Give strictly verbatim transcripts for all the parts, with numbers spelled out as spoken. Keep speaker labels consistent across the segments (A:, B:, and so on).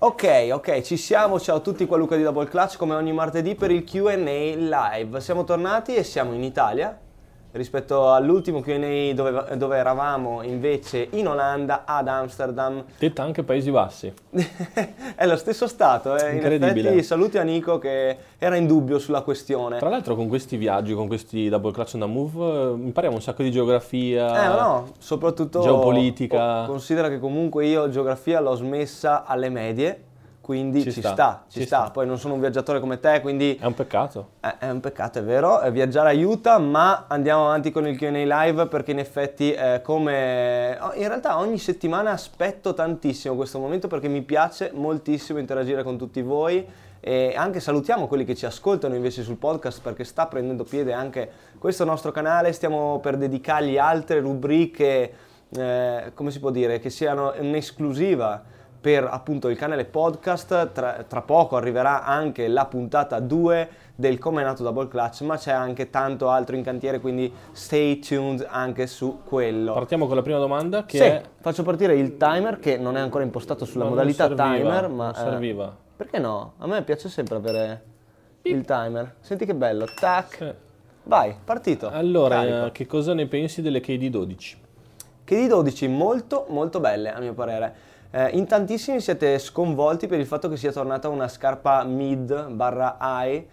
A: Ok, ok, ci siamo, ciao a tutti, qua Luca di Double Clutch, come ogni martedì per il Q and A live. Siamo tornati e siamo in Italia, rispetto all'ultimo Q and A dove, dove eravamo invece in Olanda, ad Amsterdam.
B: Detta anche Paesi Bassi.
A: È lo stesso stato, eh. In
B: Incredibile.
A: effetti saluti a Nico che era in dubbio sulla questione.
B: Tra l'altro con questi viaggi, con questi Double Clutch on the Move, eh, impariamo un sacco di geografia,
A: Eh no, soprattutto
B: geopolitica.
A: oh, considera che comunque io geografia l'ho smessa alle medie, quindi ci,
B: Ci
A: sta,
B: sta,
A: ci
B: ci
A: sta.
B: sta.
A: Poi non sono un viaggiatore come te, quindi
B: È un peccato.
A: è, è un peccato, è vero, eh, viaggiare aiuta, ma andiamo avanti con il Q and A live perché in effetti eh, come... oh, in realtà ogni settimana aspetto tantissimo questo momento perché mi piace moltissimo interagire con tutti voi. E anche salutiamo quelli che ci ascoltano invece sul podcast perché sta prendendo piede anche questo nostro canale, stiamo per dedicargli altre rubriche, eh, come si può dire, che siano un'esclusiva per appunto il canale podcast. Tra, tra poco arriverà anche la puntata due del Come è nato Double Clutch, ma c'è anche tanto altro in cantiere, quindi stay tuned anche su quello.
B: Partiamo con la prima domanda che
A: Sì,
B: è...
A: faccio partire il timer che non è ancora impostato sulla
B: Ma non
A: modalità
B: serviva,
A: timer, ma...
B: non serviva.
A: eh, perché no? A me piace sempre avere il timer. Senti che bello. Tac.
B: Sì.
A: Vai, partito.
B: Allora,
A: Carico.
B: eh, che cosa ne pensi delle K D dodici?
A: Che di dodici molto molto belle a mio parere. Eh, in tantissimi siete sconvolti per il fatto che sia tornata una scarpa mid barra high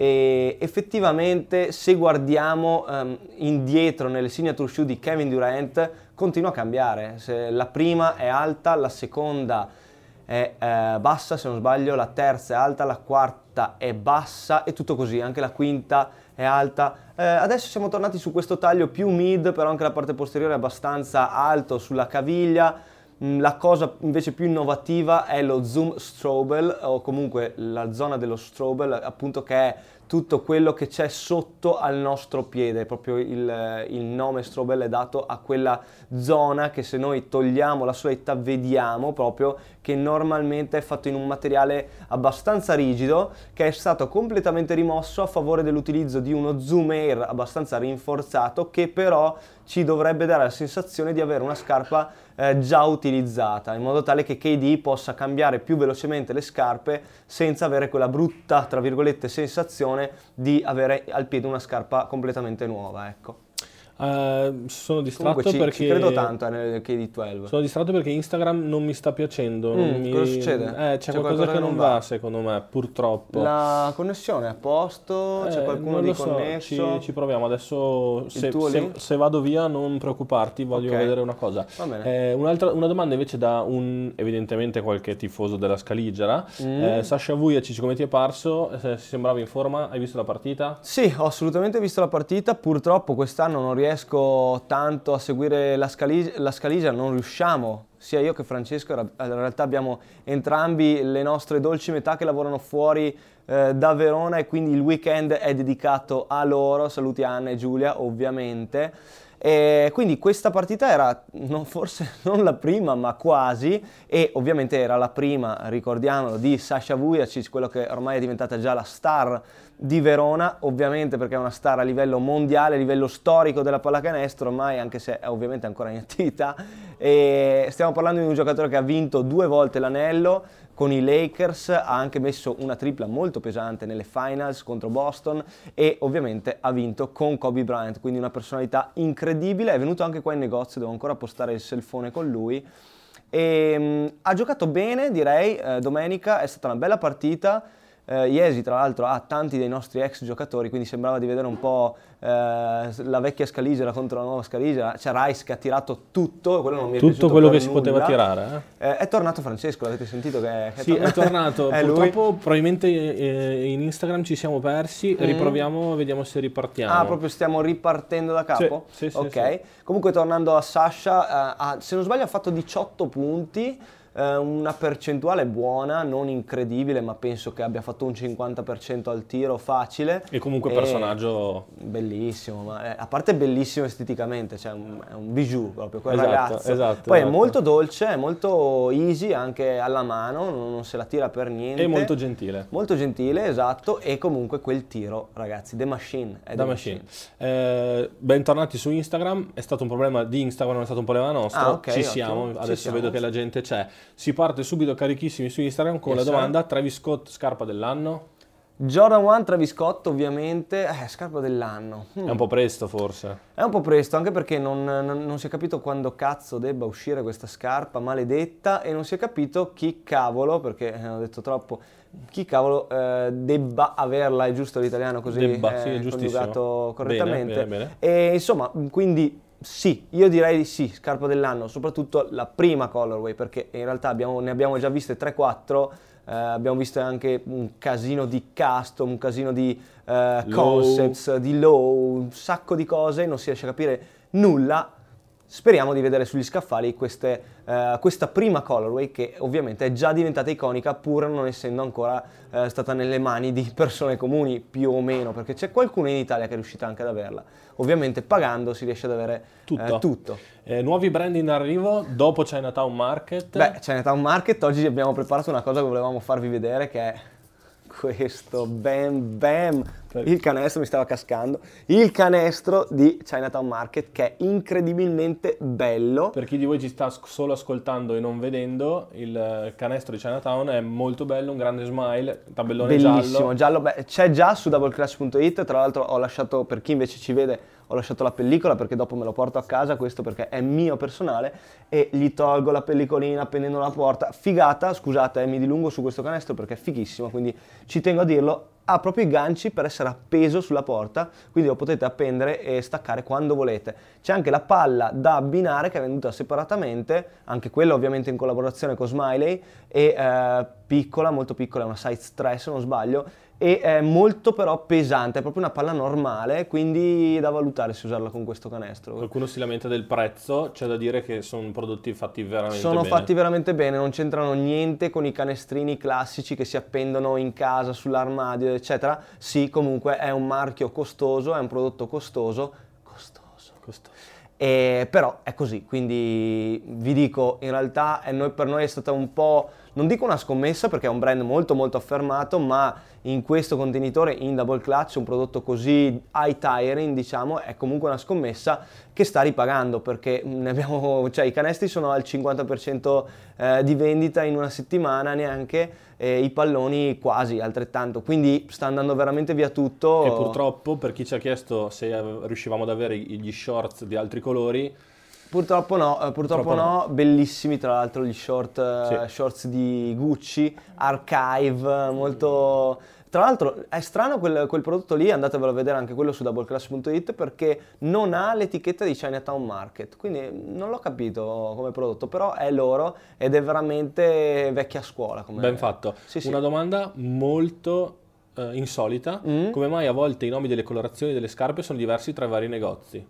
A: e effettivamente se guardiamo ehm, indietro nelle signature shoe di Kevin Durant continua a cambiare. Se la prima è alta, la seconda è eh, bassa se non sbaglio, la terza è alta, la quarta è bassa e tutto così, anche la quinta è alta. Eh, adesso siamo tornati su questo taglio più mid, però anche la parte posteriore è abbastanza alto sulla caviglia. La cosa invece più innovativa è lo zoom strobel, o comunque la zona dello strobel, appunto, che è tutto quello che c'è sotto al nostro piede. Proprio il, il nome strobel è dato a quella zona che se noi togliamo la soletta vediamo proprio che normalmente è fatto in un materiale abbastanza rigido che è stato completamente rimosso a favore dell'utilizzo di uno zoom air abbastanza rinforzato che però ci dovrebbe dare la sensazione di avere una scarpa eh, già utilizzata, in modo tale che K D possa cambiare più velocemente le scarpe senza avere quella brutta, tra virgolette, sensazione di avere al piede una scarpa completamente nuova, ecco.
B: Uh, sono distratto
A: Comunque ci,
B: perché
A: ci credo tanto eh, nel K D dodici.
B: sono distratto perché Instagram non mi sta piacendo. non
A: Mm,
B: mi...
A: cosa succede?
B: Eh, c'è,
A: C'è
B: qualcosa,
A: qualcosa
B: che non va, secondo me, purtroppo.
A: La connessione è a posto? C'è
B: Eh,
A: qualcuno
B: non
A: di
B: lo so,
A: connesso?
B: ci, ci proviamo. Adesso se,
A: tuo
B: se,
A: link?
B: se vado via non preoccuparti, voglio
A: Ok.
B: vedere una cosa.
A: Va bene.
B: Eh, un'altra, una domanda invece da un, evidentemente qualche tifoso della Scaligera.
A: Mm.
B: Eh, Sasha Vujacic, come ti è parso? Eh, si sembrava in forma? Hai visto la partita?
A: Sì, ho assolutamente visto la partita, purtroppo quest'anno non riesco tanto a seguire la Scaligia, la Scaligia non riusciamo, sia io che Francesco, in realtà abbiamo entrambi le nostre dolci metà che lavorano fuori eh, da Verona e quindi il weekend è dedicato a loro, saluti Anna e Giulia ovviamente. E quindi questa partita era non, forse non la prima ma quasi, e ovviamente era la prima, ricordiamolo, di Sasha Vujacic, quello che ormai è diventata già la star di Verona, ovviamente perché è una star a livello mondiale, a livello storico della pallacanestro ormai, anche se è ovviamente ancora in attività. E stiamo parlando di un giocatore che ha vinto due volte l'anello con i Lakers, ha anche messo una tripla molto pesante nelle finals contro Boston e ovviamente ha vinto con Kobe Bryant, quindi una personalità incredibile. È venuto anche qua in negozio, devo ancora postare il cellphone con lui. E, um, ha giocato bene, direi, eh, domenica, è stata una bella partita. Uh, Iesi tra l'altro ha tanti dei nostri ex giocatori, quindi sembrava di vedere un po' uh, la vecchia Scaligera contro la nuova Scaligera. C'è Rice che ha tirato tutto, quello non mi è
B: Tutto quello che si
A: nulla.
B: poteva tirare. Eh?
A: Uh, è tornato Francesco, l'avete sentito che, che
B: sì, è tornato.
A: è
B: Purtroppo
A: lui.
B: probabilmente eh, in Instagram ci siamo persi, mm. riproviamo, vediamo se ripartiamo.
A: Ah, proprio stiamo ripartendo da capo?
B: Sì, sì,
A: ok,
B: sì, sì.
A: Comunque tornando a Sasha, uh, ha, se non sbaglio ha fatto diciotto punti, una percentuale buona, non incredibile, ma penso che abbia fatto un cinquanta per cento al tiro facile.
B: E comunque personaggio
A: bellissimo, ma è, a parte bellissimo esteticamente, cioè un, è un bijou proprio quel
B: esatto,
A: ragazzo.
B: Esatto,
A: Poi
B: esatto.
A: è molto dolce, è molto easy anche alla mano, non, non se la tira per niente.
B: E molto gentile.
A: Molto gentile, esatto, e comunque quel tiro, ragazzi, The Machine. È
B: The Machine. machine. Eh, bentornati su Instagram, è stato un problema di Instagram, non è stato un problema nostro.
A: Ah, okay,
B: ci
A: ottimo.
B: siamo,
A: Ci
B: adesso
A: siamo.
B: vedo che la gente c'è. Si parte subito carichissimi su Instagram con
A: Yes,
B: la domanda: Travis Scott, scarpa dell'anno?
A: Jordan uno, Travis Scott ovviamente, eh, scarpa dell'anno. Hmm.
B: È un po' presto forse.
A: È un po' presto, anche perché non, non, non si è capito quando cazzo debba uscire questa scarpa maledetta e non si è capito chi cavolo, perché eh, ho detto troppo, chi cavolo eh, debba averla, è giusto l'italiano così
B: Debba,
A: eh,
B: sì, è giustissimo.
A: coniugato correttamente.
B: Bene, bene, bene.
A: E insomma, quindi sì, io direi di sì, scarpa dell'anno, soprattutto la prima colorway, perché in realtà abbiamo, ne abbiamo già viste tre quattro. Uh, abbiamo visto anche un casino di custom, un casino di uh, concepts, di low, un sacco di cose, non si riesce a capire nulla. Speriamo di vedere sugli scaffali queste, uh, questa prima colorway che ovviamente è già diventata iconica pur non essendo ancora uh, stata nelle mani di persone comuni più o meno, perché c'è qualcuno in Italia che è riuscita anche ad averla. Ovviamente pagando si riesce ad avere
B: tutto.
A: Uh, tutto.
B: Eh, nuovi brand in arrivo dopo Chinatown Market.
A: Beh, Chinatown Market, oggi abbiamo preparato una cosa che volevamo farvi vedere, che è questo, bam bam, il canestro mi stava cascando, il canestro di Chinatown Market che è incredibilmente bello.
B: Per chi di voi ci sta solo ascoltando e non vedendo, il canestro di Chinatown è molto bello, un grande smile, tabellone
A: bellissimo,
B: giallo.
A: giallo beh, c'è già su double clutch punto it, tra l'altro ho lasciato, per chi invece ci vede, ho lasciato la pellicola perché dopo me lo porto a casa, questo perché è mio personale, e gli tolgo la pellicolina appendendo la porta. Figata, scusate, eh, mi dilungo su questo canestro perché è fighissimo, quindi ci tengo a dirlo, ha proprio i ganci per essere appeso sulla porta, quindi lo potete appendere e staccare quando volete. C'è anche la palla da abbinare che è venduta separatamente, anche quella ovviamente in collaborazione con Smiley, e eh, piccola, molto piccola, è una size tre se non sbaglio, e è molto però pesante, è proprio una palla normale, quindi da valutare se usarla con questo canestro.
B: Qualcuno si lamenta del prezzo, c'è da dire che sono prodotti fatti veramente
A: sono
B: bene.
A: Sono fatti veramente bene, non c'entrano niente con i canestrini classici che si appendono in casa, sull'armadio, eccetera. Sì, comunque è un marchio costoso, è un prodotto costoso, costoso,
B: costoso.
A: E, però è così, quindi vi dico, in realtà è noi, per noi è stata un po', non dico una scommessa perché è un brand molto molto affermato, ma in questo contenitore in double clutch, un prodotto così high tiring, diciamo, è comunque una scommessa che sta ripagando, perché ne abbiamo, cioè i canestri sono al cinquanta per cento eh, di vendita in una settimana neanche, e i palloni quasi altrettanto, quindi sta andando veramente via tutto.
B: E purtroppo, per chi ci ha chiesto se riuscivamo ad avere gli shorts di altri colori,
A: Purtroppo no, eh, purtroppo, purtroppo no. no, bellissimi tra l'altro gli short, sì. uh, shorts di Gucci, Archive, molto... Tra l'altro è strano quel, quel prodotto lì, andatevelo a vedere anche quello su double clutch punto it, perché non ha l'etichetta di Chinatown Market, quindi non l'ho capito come prodotto, però è loro ed è veramente vecchia scuola. Come...
B: Ben fatto.
A: Sì, sì.
B: Una domanda molto uh, insolita, mm. come mai a volte i nomi delle colorazioni delle scarpe sono diversi tra i vari negozi?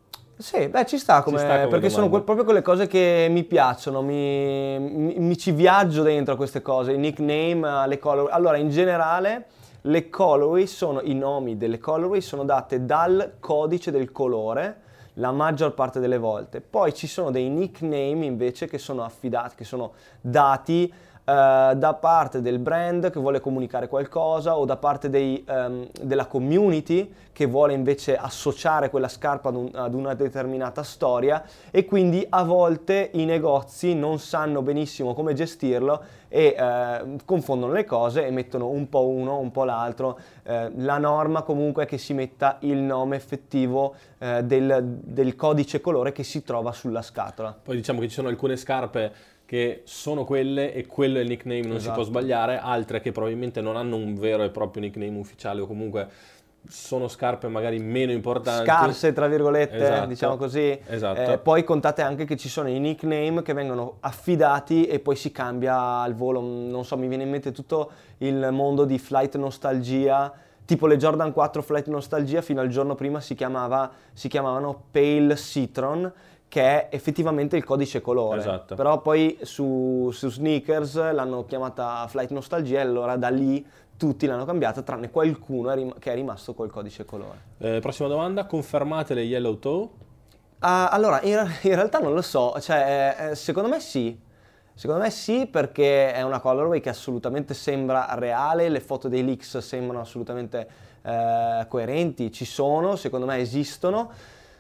A: Sì, beh ci sta, come,
B: ci sta come
A: perché
B: domanda.
A: Sono que- proprio quelle cose che mi piacciono, mi, mi, mi ci viaggio dentro a queste cose, i nickname, le colorway. Allora, in generale, le colorway sono, i nomi delle colorway sono date dal codice del colore, la maggior parte delle volte. Poi ci sono dei nickname invece che sono affidati, che sono dati Uh, da parte del brand che vuole comunicare qualcosa o da parte dei, um, della community che vuole invece associare quella scarpa ad, un, ad una determinata storia, e quindi a volte i negozi non sanno benissimo come gestirlo e uh, confondono le cose e mettono un po' uno, un po' l'altro. Uh, la norma comunque è che si metta il nome effettivo uh, del, del codice colore che si trova sulla scatola.
B: Poi diciamo che ci sono alcune scarpe che sono quelle e quello è il nickname, non esatto. si può sbagliare, altre che probabilmente non hanno un vero e proprio nickname ufficiale o comunque sono scarpe magari meno importanti.
A: Scarse, tra virgolette,
B: esatto.
A: diciamo così.
B: Esatto.
A: Eh, poi contate anche che ci sono i nickname che vengono affidati e poi si cambia al volo, non so, mi viene in mente tutto il mondo di Flight Nostalgia, tipo le Jordan quattro Flight Nostalgia fino al giorno prima si, chiamava, si chiamavano Pale Citron, che è effettivamente il codice colore,
B: esatto.
A: Però poi su, su sneakers l'hanno chiamata Flight Nostalgia e allora da lì tutti l'hanno cambiata tranne qualcuno che è rimasto col codice colore.
B: Eh, prossima domanda, confermate le Yellow Toe?
A: Uh, allora, in, in realtà non lo so, cioè eh, secondo me sì, secondo me sì perché è una colorway che assolutamente sembra reale, le foto dei leaks sembrano assolutamente eh, coerenti, ci sono, secondo me esistono.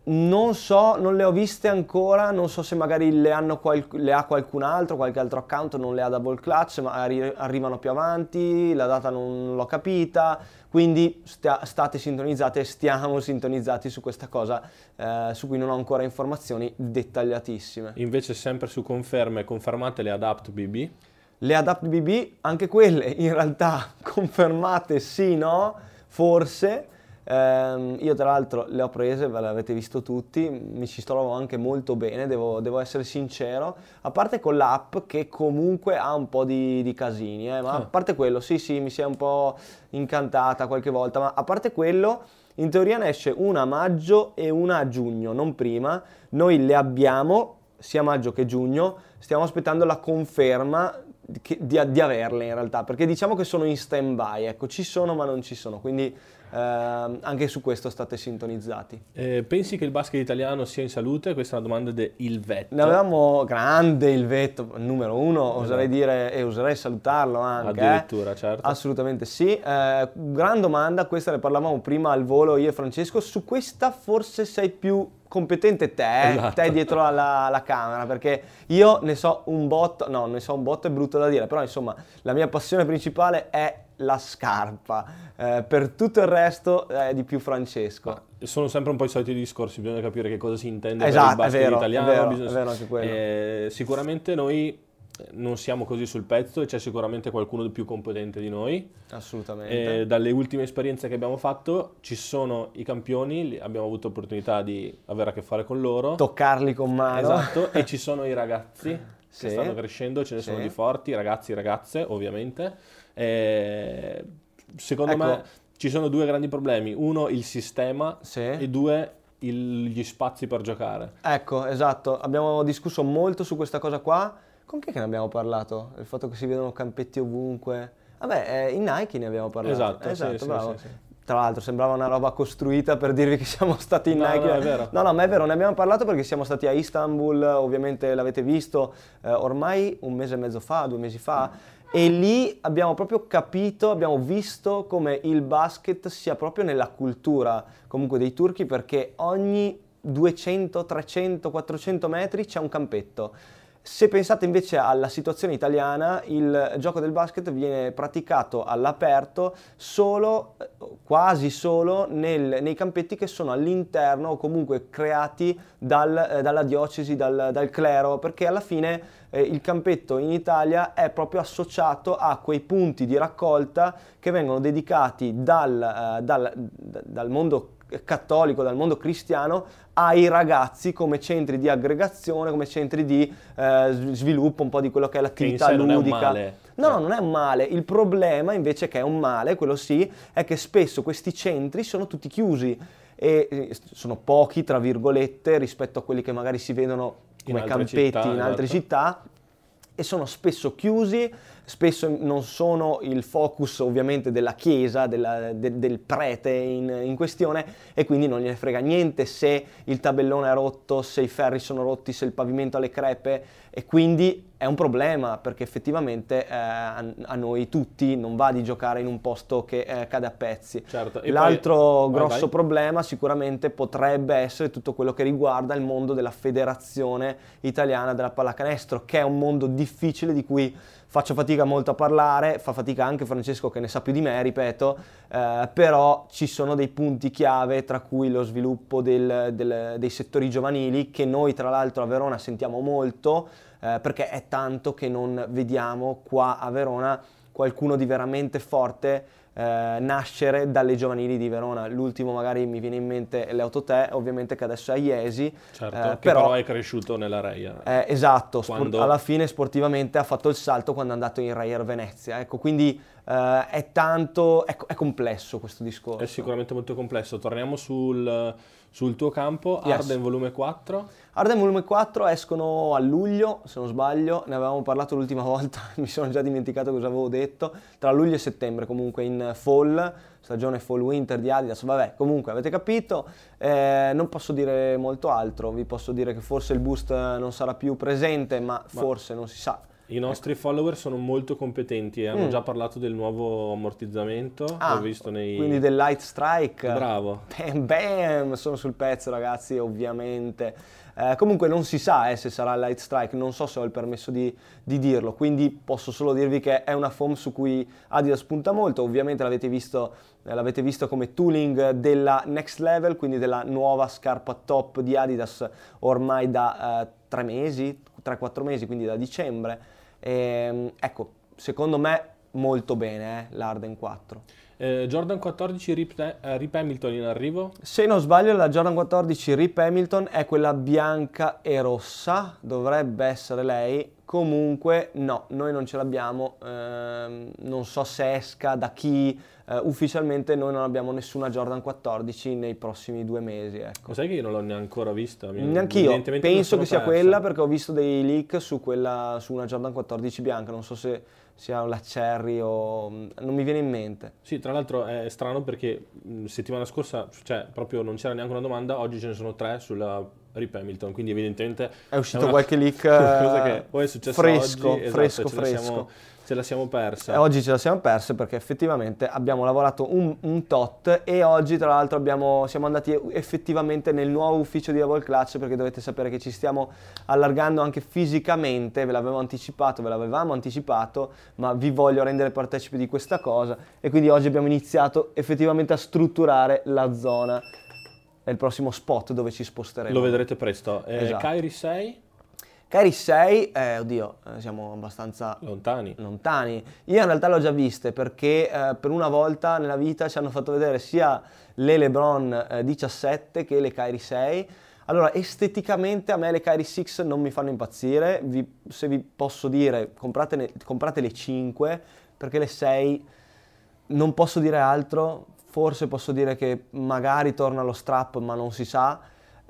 A: Non so, non le ho viste ancora, non so se magari le, hanno qual- le ha qualcun altro, qualche altro account non le ha double clutch, ma arri- arrivano più avanti, la data non, non l'ho capita, quindi stia- state sintonizzate e stiamo sintonizzati su questa cosa, eh, su cui non ho ancora informazioni dettagliatissime.
B: Invece sempre su conferme, confermate le Adapt B B?
A: Le Adapt B B, anche quelle in realtà confermate sì, no, forse. Um, io tra l'altro le ho prese, ve le avete visto tutti, mi ci trovo anche molto bene, devo, devo essere sincero, a parte con l'app che comunque ha un po' di, di casini, eh, ma ah. a parte quello, sì sì, mi si è un po' incantata qualche volta, ma a parte quello, in teoria ne esce una a maggio e una a giugno, non prima, noi le abbiamo sia maggio che giugno, stiamo aspettando la conferma di, di, di averle in realtà, perché diciamo che sono in stand by, ecco, ci sono ma non ci sono, quindi Uh, anche su questo state sintonizzati.
B: Eh, pensi che il basket italiano sia in salute? Questa è una domanda di Ilvetto.
A: Ne avevamo grande Ilvetto, numero uno, esatto. Oserei dire e oserei salutarlo anche.
B: Addirittura,
A: eh.
B: certo.
A: Assolutamente sì. Eh, gran domanda, questa ne parlavamo prima al volo io e Francesco, su questa forse sei più competente te, esatto. te dietro alla, alla camera, perché io ne so un botto, no, ne so un botto è brutto da dire, però insomma la mia passione principale è la scarpa, eh, per tutto il resto è di più Francesco.
B: Ma sono sempre un po' i soliti discorsi, bisogna capire che cosa si intende
A: esatto,
B: per il basket
A: è vero,
B: italiano.
A: È vero,
B: bisogna...
A: è vero anche quello.
B: Eh, sicuramente noi non siamo così sul pezzo e c'è sicuramente qualcuno di più competente di noi.
A: Assolutamente.
B: Eh, dalle ultime esperienze che abbiamo fatto ci sono i campioni, abbiamo avuto opportunità di avere a che fare con loro.
A: Toccarli con mano.
B: Esatto, e ci sono i ragazzi
A: sì.
B: che stanno crescendo, ce ne
A: sì.
B: sono di forti, ragazzi e ragazze ovviamente. Eh, secondo
A: ecco.
B: me ci sono due grandi problemi, uno il sistema
A: sì.
B: e due il, gli spazi per giocare.
A: Ecco, esatto, abbiamo discusso molto su questa cosa qua. Con chi che ne abbiamo parlato? Il fatto che si vedono campetti ovunque. Vabbè, eh, in Nike ne abbiamo parlato.
B: Esatto,
A: esatto
B: sì,
A: bravo.
B: sì, sì, sì.
A: Tra l'altro sembrava una roba costruita per dirvi che siamo stati in
B: no,
A: Nike.
B: No, è vero.
A: No, no, ma è vero, ne abbiamo parlato perché siamo stati a Istanbul, ovviamente l'avete visto, eh, ormai un mese e mezzo fa, due mesi fa, e lì abbiamo proprio capito, abbiamo visto come il basket sia proprio nella cultura comunque dei turchi, perché ogni duecento, trecento, quattrocento metri c'è un campetto. Se pensate invece alla situazione italiana, il gioco del basket viene praticato all'aperto solo, quasi solo, nel, nei campetti che sono all'interno o comunque creati dal, eh, dalla diocesi, dal, dal clero, perché alla fine eh, il campetto in Italia è proprio associato a quei punti di raccolta che vengono dedicati dal, eh, dal, dal mondo cattolico, dal mondo cristiano, ai ragazzi come centri di aggregazione, come centri di eh, sviluppo un po' di quello che è l'attività
B: che in sé
A: ludica.
B: Non è un male.
A: No, no, non è un male. Il problema invece che è un male, quello sì, è che spesso questi centri sono tutti chiusi e sono pochi, tra virgolette, rispetto a quelli che magari si vedono come campetti città, in altre esatto. città, e sono spesso chiusi, spesso non sono il focus ovviamente della chiesa, della, de, del prete in, in questione, e quindi non gliene frega niente se il tabellone è rotto, se i ferri sono rotti, se il pavimento ha le crepe, e quindi è un problema perché effettivamente eh, a, a noi tutti non va di giocare in un posto che eh, cade a pezzi.
B: Certo. E
A: L'altro
B: poi...
A: grosso
B: vai, vai.
A: problema sicuramente potrebbe essere tutto quello che riguarda il mondo della Federazione Italiana della Pallacanestro, che è un mondo difficile di cui faccio fatica molto a parlare, fa fatica anche Francesco che ne sa più di me, ripeto, eh, però ci sono dei punti chiave, tra cui lo sviluppo del, del, dei settori giovanili, che noi tra l'altro a Verona sentiamo molto, eh, perché è tanto che non vediamo qua a Verona qualcuno di veramente forte eh, nascere dalle giovanili di Verona. L'ultimo magari mi viene in mente l'Autotè, ovviamente che adesso è a Iesi.
B: Certo,
A: eh,
B: che
A: però,
B: però è cresciuto nella Reia.
A: Eh, esatto,
B: quando...
A: sport- alla fine sportivamente ha fatto il salto quando è andato in Reyer Venezia. Ecco, quindi eh, è tanto, è, è complesso questo discorso.
B: È sicuramente molto complesso. Torniamo sul, sul tuo campo,
A: yes.
B: Arden volume quattro.
A: Arden volume quattro escono a luglio, se non sbaglio, ne avevamo parlato l'ultima volta, mi sono già dimenticato cosa avevo detto, tra luglio e settembre comunque in fall, stagione fall winter di Adidas, vabbè, comunque avete capito, eh, non posso dire molto altro, vi posso dire che forse il boost non sarà più presente, ma, ma forse non si sa.
B: I nostri follower sono molto competenti e hanno mm. già parlato del nuovo ammortizzamento,
A: ah,
B: l'ho visto nei...
A: quindi del Light Strike.
B: Bravo.
A: Bam, bam, sono sul pezzo ragazzi, ovviamente. Eh, comunque non si sa eh, se sarà il Light Strike, non so se ho il permesso di, di dirlo, quindi posso solo dirvi che è una foam su cui Adidas punta molto. Ovviamente l'avete visto, eh, l'avete visto come tooling della Next Level, quindi della nuova scarpa top di Adidas ormai da eh, tre mesi, tre quattro mesi, quindi da dicembre. E, ecco, secondo me molto bene eh, l'Arden quattro.
B: Eh, Jordan quattordici Rip, eh, Rip Hamilton in arrivo?
A: Se non sbaglio la Jordan quattordici Rip Hamilton è quella bianca e rossa, dovrebbe essere lei. Comunque no, noi non ce l'abbiamo, ehm, non so se esca da chi, eh, ufficialmente noi non abbiamo nessuna Jordan quattordici nei prossimi due mesi. Ecco.
B: Ma sai che io non l'ho neanche ancora vista?
A: Neanch'io, penso che sia persa. Quella perché ho visto dei leak su, quella, su una Jordan quattordici bianca, non so se sia la Cherry o... non mi viene in mente.
B: Sì, tra l'altro è strano perché settimana scorsa, cioè proprio non c'era neanche una domanda, oggi ce ne sono tre sulla Rip Hamilton, quindi evidentemente
A: è uscito
B: è una,
A: qualche leak
B: cosa che poi è successo
A: fresco,
B: oggi,
A: fresco,
B: esatto,
A: fresco.
B: Ce la siamo, ce la siamo persa.
A: E oggi ce la siamo persa perché effettivamente abbiamo lavorato un, un tot e oggi tra l'altro abbiamo, siamo andati effettivamente nel nuovo ufficio di Double Clutch, perché dovete sapere che ci stiamo allargando anche fisicamente, ve l'avevo anticipato, ve l'avevamo anticipato, ma vi voglio rendere partecipi di questa cosa e quindi oggi abbiamo iniziato effettivamente a strutturare la zona. È il prossimo spot dove ci sposteremo.
B: Lo vedrete presto. Eh,
A: esatto.
B: Kyrie sei?
A: Kyrie sei, eh, oddio, eh, siamo abbastanza
B: lontani.
A: lontani. Io in realtà l'ho già viste perché eh, per una volta nella vita ci hanno fatto vedere sia le LeBron eh, diciassette che le Kyrie sei. Allora, esteticamente a me le Kyrie sei non mi fanno impazzire. Vi, se vi posso dire, comprate, comprate le cinque, perché le sei non posso dire altro. Forse posso dire che magari torna lo strap, ma non si sa.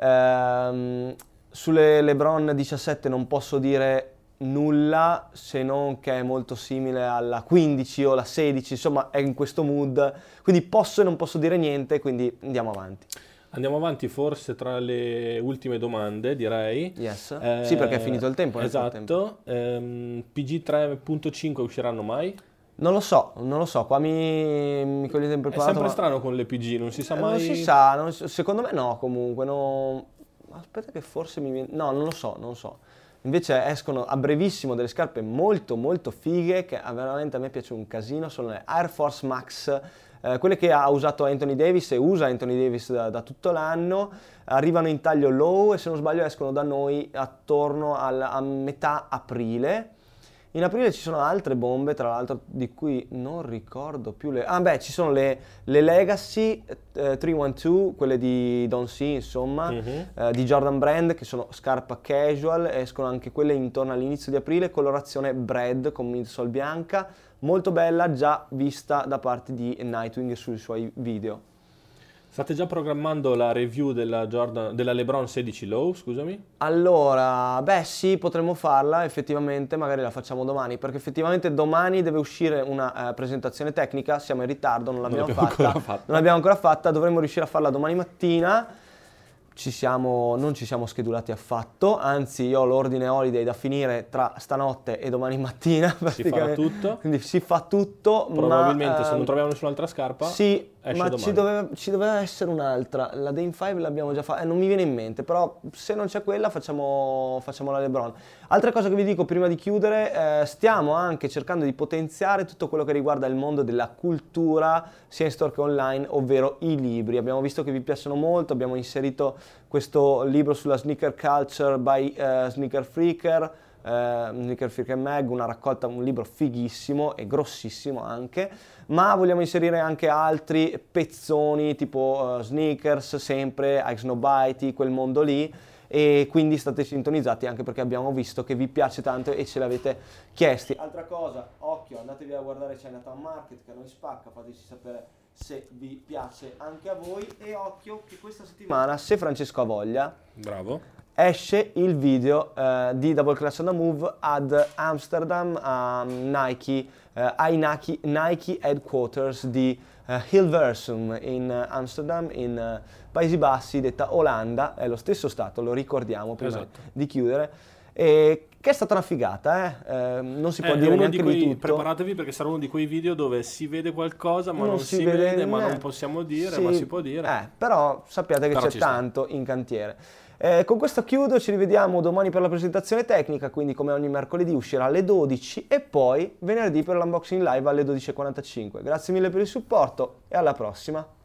A: Ehm, sulle LeBron diciassette non posso dire nulla, se non che è molto simile alla quindici o la sedici, insomma è in questo mood. Quindi posso e non posso dire niente, quindi andiamo avanti.
B: Andiamo avanti forse tra le ultime domande, direi.
A: Yes.
B: Eh,
A: sì, perché è finito il tempo.
B: Esatto. Ehm, P G tre punto cinque usciranno mai?
A: Non lo so, non lo so, qua mi, mi cogliete impreparato.
B: È sempre
A: ma...
B: strano con le P G, non si sa mai.
A: Non si sa, non si... secondo me no comunque, no... aspetta che forse mi viene... No, non lo so, non lo so. Invece escono a brevissimo delle scarpe molto molto fighe che veramente a me piace un casino, sono le Air Force Max, eh, quelle che ha usato Anthony Davis e usa Anthony Davis da, da tutto l'anno, arrivano in taglio low e se non sbaglio escono da noi attorno al, a metà aprile. In aprile ci sono altre bombe, tra l'altro, di cui non ricordo più le... Ah beh, ci sono le, le Legacy eh, trecentododici, quelle di Don C, insomma, mm-hmm. eh, di Jordan Brand, che sono scarpa casual, escono anche quelle intorno all'inizio di aprile, colorazione Bread con midsole bianca, molto bella, già vista da parte di Nightwing sui suoi video.
B: State già programmando la review della, Jordan, della LeBron sedici Low, scusami?
A: Allora, beh sì, potremmo farla, effettivamente, magari la facciamo domani, perché effettivamente domani deve uscire una eh, presentazione tecnica, siamo in ritardo, non l'abbiamo
B: non
A: fatta,
B: fatta,
A: non l'abbiamo ancora fatta, dovremmo riuscire a farla domani mattina. Ci siamo, non ci siamo schedulati affatto, anzi io ho l'ordine holiday da finire tra stanotte e domani mattina.
B: Si farà tutto?
A: Quindi si fa tutto,
B: probabilmente
A: ma,
B: se non
A: ehm,
B: troviamo nessun'altra scarpa,
A: sì,
B: esce
A: ma
B: domani.
A: Ci, doveva, ci doveva essere un'altra, la Dame cinque l'abbiamo già fatta, eh, non mi viene in mente, però se non c'è quella facciamo, facciamo la LeBron. Altra cosa che vi dico prima di chiudere, eh, stiamo anche cercando di potenziare tutto quello che riguarda il mondo della cultura, sia in store che online, ovvero i libri. Abbiamo visto che vi piacciono molto, abbiamo inserito questo libro sulla sneaker culture by uh, Sneaker Freaker, uh, Sneaker Freaker Mag, una raccolta, un libro fighissimo e grossissimo anche, ma vogliamo inserire anche altri pezzoni tipo uh, sneakers, sempre, Ike Snowbite, quel mondo lì, e quindi state sintonizzati anche perché abbiamo visto che vi piace tanto e ce l'avete chiesti. Altra cosa, occhio, andatevi a guardare Chinatown Market che a noi spacca, fateci sapere se vi piace anche a voi, e occhio che questa settimana, se Francesco ha voglia,
B: bravo,
A: esce il video eh, di Double Clutch on the Move ad Amsterdam, a Nike, eh, ai Nike, Nike Headquarters di eh, Hilversum in Amsterdam, in eh, Paesi Bassi, detta Olanda, è lo stesso stato, lo ricordiamo prima
B: esatto.
A: di chiudere. E che è stata una figata, eh? Eh, non si può
B: Eh,
A: dire
B: uno
A: neanche
B: di quei,
A: di tutto.
B: Preparatevi, perché sarà uno di quei video dove si vede qualcosa ma non,
A: Non
B: si,
A: si
B: vede,
A: vede,
B: ma
A: eh,
B: non possiamo dire,
A: sì,
B: ma si può dire.
A: eh, però sappiate che
B: Però
A: c'è
B: ci sta.
A: tanto in cantiere. Eh, con questo chiudo, ci rivediamo domani per la presentazione tecnica, quindi come ogni mercoledì uscirà alle dodici e poi venerdì per l'unboxing live alle dodici e quarantacinque. Grazie mille per il supporto e alla prossima!